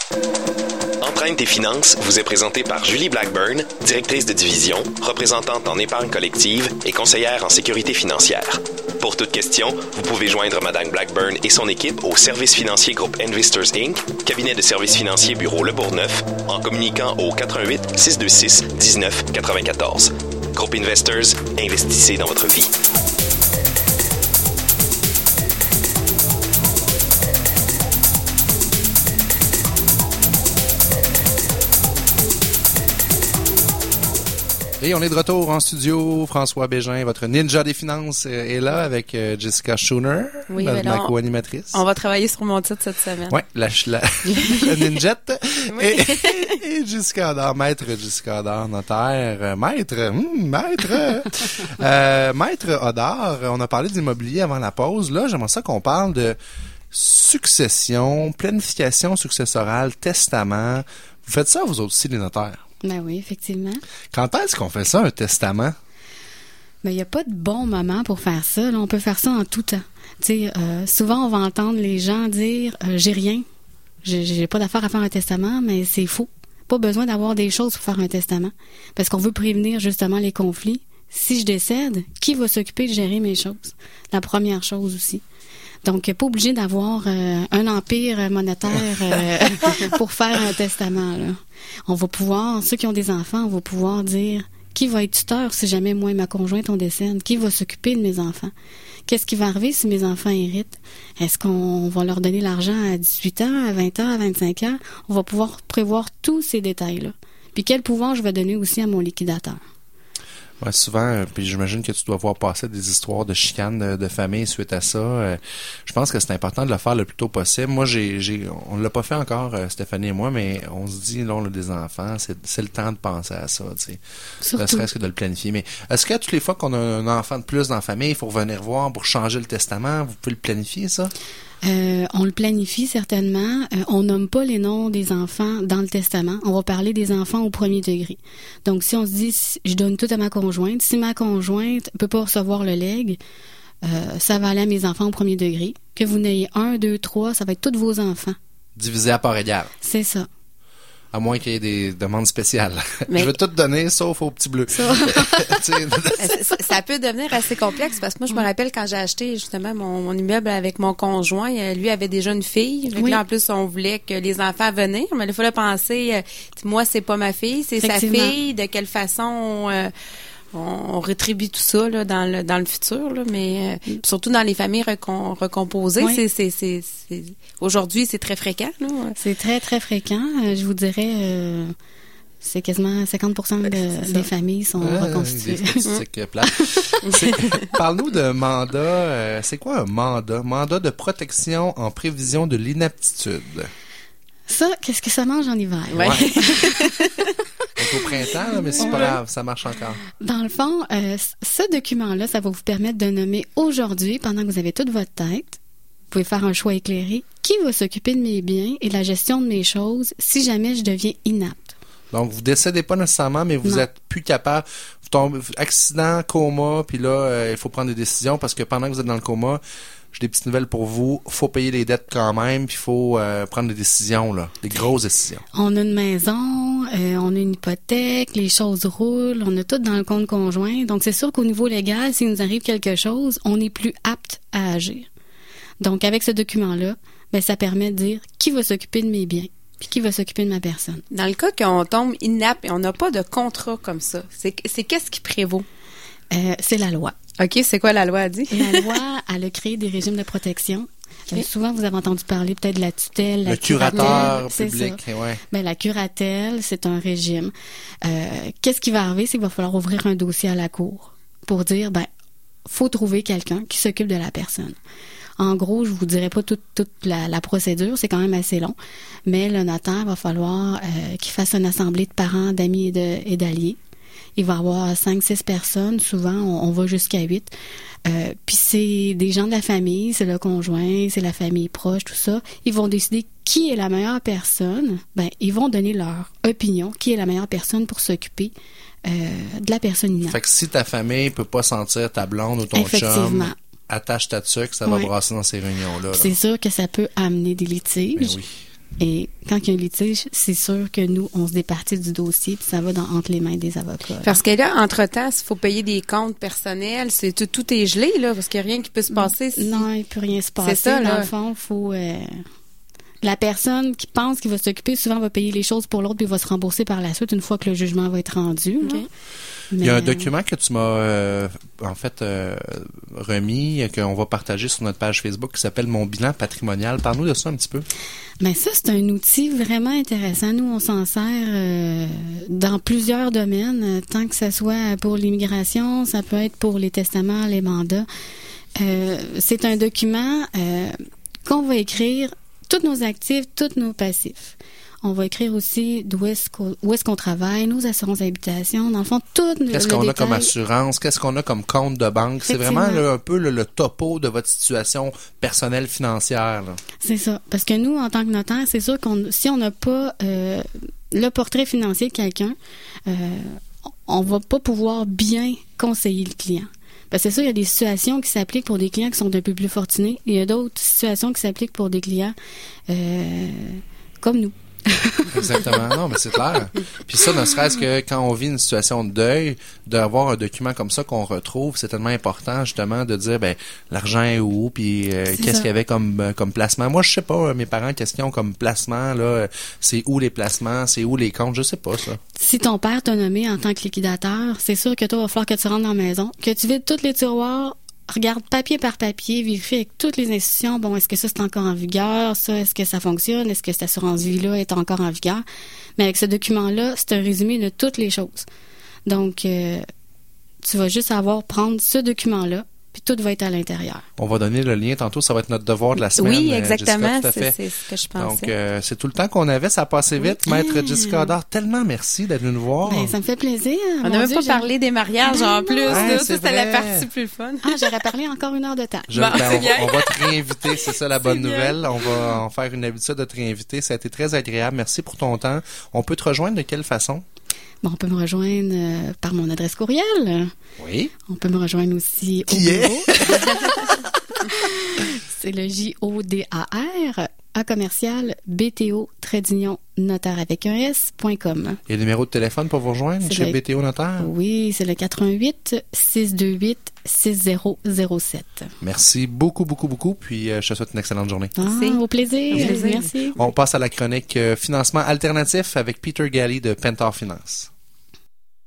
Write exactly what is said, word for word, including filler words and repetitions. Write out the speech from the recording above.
Empreinte des finances vous est présentée par Julie Blackburn, directrice de division, représentante en épargne collective et conseillère en sécurité financière. Pour toute question, vous pouvez joindre Madame Blackburn et son équipe au Service financier Groupe Investors Incorporated, cabinet de services financiers Bureau Le Bourgneuf, en communiquant au quatre un huit, six deux six, un neuf neuf quatre. Groupe Investors, investissez dans votre vie. Et on est de retour en studio. François Bégin, votre ninja des finances, est là avec Jessica Schooner, oui, ma, ma on, co-animatrice. On va travailler sur mon titre cette semaine. Oui, la, la, la ninjette. Oui. Et, et Jessica Hadard, maître Jessica Hadard, notaire, maître, hum, maître, euh, maître Hadard. On a parlé d'immobilier avant la pause. Là, j'aimerais ça qu'on parle de succession, planification successorale, testament. Vous faites ça, vous autres aussi, les notaires? Ben oui, effectivement. Quand est-ce qu'on fait ça, un testament? Ben, il n'y a pas de bon moment pour faire ça. Là, on peut faire ça en tout temps. Tu sais, euh, souvent, on va entendre les gens dire euh, « j'ai rien, j'ai, j'ai pas d'affaire à faire un testament », mais c'est faux. Pas besoin d'avoir des choses pour faire un testament. Parce qu'on veut prévenir justement les conflits. Si je décède, qui va s'occuper de gérer mes choses? La première chose aussi. Donc, pas obligé d'avoir euh, un empire monétaire euh, pour faire un testament, là. On va pouvoir, ceux qui ont des enfants, on va pouvoir dire qui va être tuteur si jamais moi et ma conjointe on décède, qui va s'occuper de mes enfants, qu'est-ce qui va arriver si mes enfants héritent, est-ce qu'on va leur donner l'argent à dix-huit ans, à vingt ans, à vingt-cinq ans, on va pouvoir prévoir tous ces détails-là. Puis quel pouvoir je vais donner aussi à mon liquidateur. Ouais, souvent, puis j'imagine que tu dois voir passer des histoires de chicanes de, de famille suite à ça. Euh, je pense que c'est important de le faire le plus tôt possible. Moi, j'ai, j'ai, on ne l'a pas fait encore, euh, Stéphanie et moi, mais on se dit, là, on a des enfants, c'est, c'est le temps de penser à ça, tu sais. Ne serait-ce que de le planifier. Mais est-ce que toutes les fois qu'on a un enfant de plus dans la famille, il faut revenir voir pour changer le testament? Vous pouvez le planifier, ça? Euh, on le planifie certainement. Euh, on nomme pas les noms des enfants dans le testament. On va parler des enfants au premier degré. Donc, si on se dit, si je donne tout à ma conjointe, si ma conjointe peut pas recevoir le legs, euh, ça va aller à mes enfants au premier degré. Que vous n'ayez un, deux, trois, ça va être tous vos enfants. Divisé à part égale. C'est ça. À moins qu'il y ait des demandes spéciales. Mais... Je veux tout donner, sauf au petit bleu. Ça... ça, ça peut devenir assez complexe parce que moi, je me rappelle quand j'ai acheté justement mon, mon immeuble avec mon conjoint, lui avait déjà une fille. Oui. Là, en plus, on voulait que les enfants venaient, mais il fallait penser, moi, c'est pas ma fille, c'est sa fille. De quelle façon... Euh, On, on rétribue tout ça là, dans le dans le futur, là, mais euh, surtout dans les familles recom- recomposées, oui. c'est, c'est, c'est, c'est aujourd'hui c'est très fréquent. Là. C'est très très fréquent. Euh, je vous dirais, euh, c'est quasiment cinquante pour cent de, des familles sont euh, reconstituées. Des statistiques plates. Parle-nous de mandat. Euh, c'est quoi un mandat? Mandat de protection en prévision de l'inaptitude. Ça, qu'est-ce que ça mange en hiver? Ouais. C'est au printemps, là, mais c'est ouais. pas grave, ça marche encore. Dans le fond, euh, ce document-là, ça va vous permettre de nommer aujourd'hui, pendant que vous avez toute votre tête, vous pouvez faire un choix éclairé, qui va s'occuper de mes biens et de la gestion de mes choses si jamais je deviens inapte. Donc, vous décédez pas nécessairement, mais vous non. êtes plus capable. Vous tombez, accident, coma, puis là, euh, il faut prendre des décisions parce que pendant que vous êtes dans le coma, j'ai des petites nouvelles pour vous. Faut payer les dettes quand même, puis il faut euh, prendre des décisions, là, des grosses décisions. On a une maison, euh, on a une hypothèque, les choses roulent, on a tout dans le compte conjoint. Donc, c'est sûr qu'au niveau légal, s'il nous arrive quelque chose, on est plus apte à agir. Donc, avec ce document-là, ben, ça permet de dire qui va s'occuper de mes biens, puis qui va s'occuper de ma personne. Dans le cas qu'on tombe inapte et on n'a pas de contrat comme ça, c'est, c'est qu'est-ce qui prévaut? Euh, c'est la loi. OK, c'est quoi la loi a dit? La loi, elle a créé des régimes de protection. Okay. Euh, souvent, vous avez entendu parler peut-être de la tutelle, la le curateur public, ouais. Ben, la curatelle, c'est un régime. Euh, qu'est-ce qui va arriver? C'est qu'il va falloir ouvrir un dossier à la cour pour dire, ben, faut trouver quelqu'un qui s'occupe de la personne. En gros, je vous dirai pas toute, toute la, la procédure, c'est quand même assez long, mais le notaire va falloir euh, qu'il fasse une assemblée de parents, d'amis et, de, et d'alliés. Il va y avoir cinq, six personnes. Souvent, on, on va jusqu'à huit. Euh, puis c'est des gens de la famille, c'est le conjoint, c'est la famille proche, tout ça. Ils vont décider qui est la meilleure personne. Ben, ils vont donner leur opinion, qui est la meilleure personne pour s'occuper euh, de la personne inapte. Fait que si ta famille peut pas sentir ta blonde ou ton chum, attache ta tuque, ça va ouais. brasser dans ces réunions-là. Là. C'est sûr que ça peut amener des litiges. Ben oui. Et quand il y a un litige, c'est sûr que nous, on se départit du dossier puis ça va dans, entre les mains des avocats. Là. Parce que là, entre-temps, s'il faut payer des comptes personnels, c'est tout, tout est gelé, là, parce qu'il n'y a rien qui peut se passer. Si... Non, il ne peut rien se passer. C'est ça, dans là. le fond, faut... Euh... La personne qui pense qu'il va s'occuper, souvent va payer les choses pour l'autre puis va se rembourser par la suite une fois que le jugement va être rendu. Okay. Mais... Il y a un document que tu m'as euh, en fait euh, remis, qu'on va partager sur notre page Facebook qui s'appelle Mon bilan patrimonial. Parle-nous de ça un petit peu. Bien, ça, c'est un outil vraiment intéressant. Nous, on s'en sert euh, dans plusieurs domaines, tant que ce soit pour l'immigration, ça peut être pour les testaments, les mandats. Euh, c'est un document euh, qu'on va écrire tous nos actifs, tous nos passifs. On va écrire aussi d'où est-ce qu'on, où est-ce qu'on travaille, nos assurances d'habitation, dans le fond, tout le Qu'est-ce qu'on détail. a comme assurance? Qu'est-ce qu'on a comme compte de banque? C'est vraiment là, un peu le, le topo de votre situation personnelle financière. Là. C'est ça. Parce que nous, en tant que notaire, c'est sûr qu'on si on n'a pas euh, le portrait financier de quelqu'un, euh, on va pas pouvoir bien conseiller le client. Parce que c'est sûr, il y a des situations qui s'appliquent pour des clients qui sont un peu plus fortunés. Il y a d'autres situations qui s'appliquent pour des clients euh, comme nous. Exactement. Non, mais c'est clair. Puis ça, ne serait-ce que quand on vit une situation de deuil, d'avoir un document comme ça qu'on retrouve, c'est tellement important, justement, de dire, ben, l'argent est où, puis euh, qu'est-ce ça. qu'il y avait comme, comme placement. Moi, je sais pas, mes parents, qu'est-ce qu'ils ont comme placement, là, c'est où les placements, c'est où les comptes, je sais pas, ça. Si ton père t'a nommé en tant que liquidateur, c'est sûr que toi, il va falloir que tu rentres dans la maison, que tu vides tous les tiroirs, regarde papier par papier, vérifie avec toutes les institutions, bon, est-ce que ça c'est encore en vigueur, ça, est-ce que ça fonctionne, est-ce que cette assurance-vie-là est encore en vigueur. Mais avec ce document-là, c'est un résumé de toutes les choses. Donc, euh, tu vas juste avoir prendre ce document-là, puis tout va être à l'intérieur. On va donner le lien tantôt, ça va être notre devoir de la semaine. Oui, exactement, Jessica, tout à fait. C'est, c'est ce que je pensais. Donc, euh, c'est tout le temps qu'on avait, ça a passé vite. Oui. Maître Jessica Hadard, tellement merci d'être venue nous voir. Ben, ça me fait plaisir. On n'a même Dieu, pas j'ai... parlé des mariages ben en plus. Ouais, là, c'est ça, c'était la partie plus fun. Ah, j'aurais parlé encore une heure de temps. Je, bon, ben, on, on va te réinviter, c'est ça la bonne c'est nouvelle. Bien. On va en faire une habitude de te réinviter. Ça a été très agréable. Merci pour ton temps. On peut te rejoindre de quelle façon? Bon, on peut me rejoindre euh, par mon adresse courriel. Oui. On peut me rejoindre aussi Qui au est? bureau. C'est le J O D A R à commercial B T O Trédignon notaire avec un S point com. Il y a le numéro de téléphone pour vous rejoindre c'est chez le... B T O Notaire? Oui, c'est le quatre un huit, six deux huit, six zéro zéro sept. Merci beaucoup, beaucoup, beaucoup. Puis euh, je te souhaite une excellente journée. Ah, au plaisir. Au plaisir. Merci. On passe à la chronique euh, financement alternatif avec Peter Galley de Pentar Finance.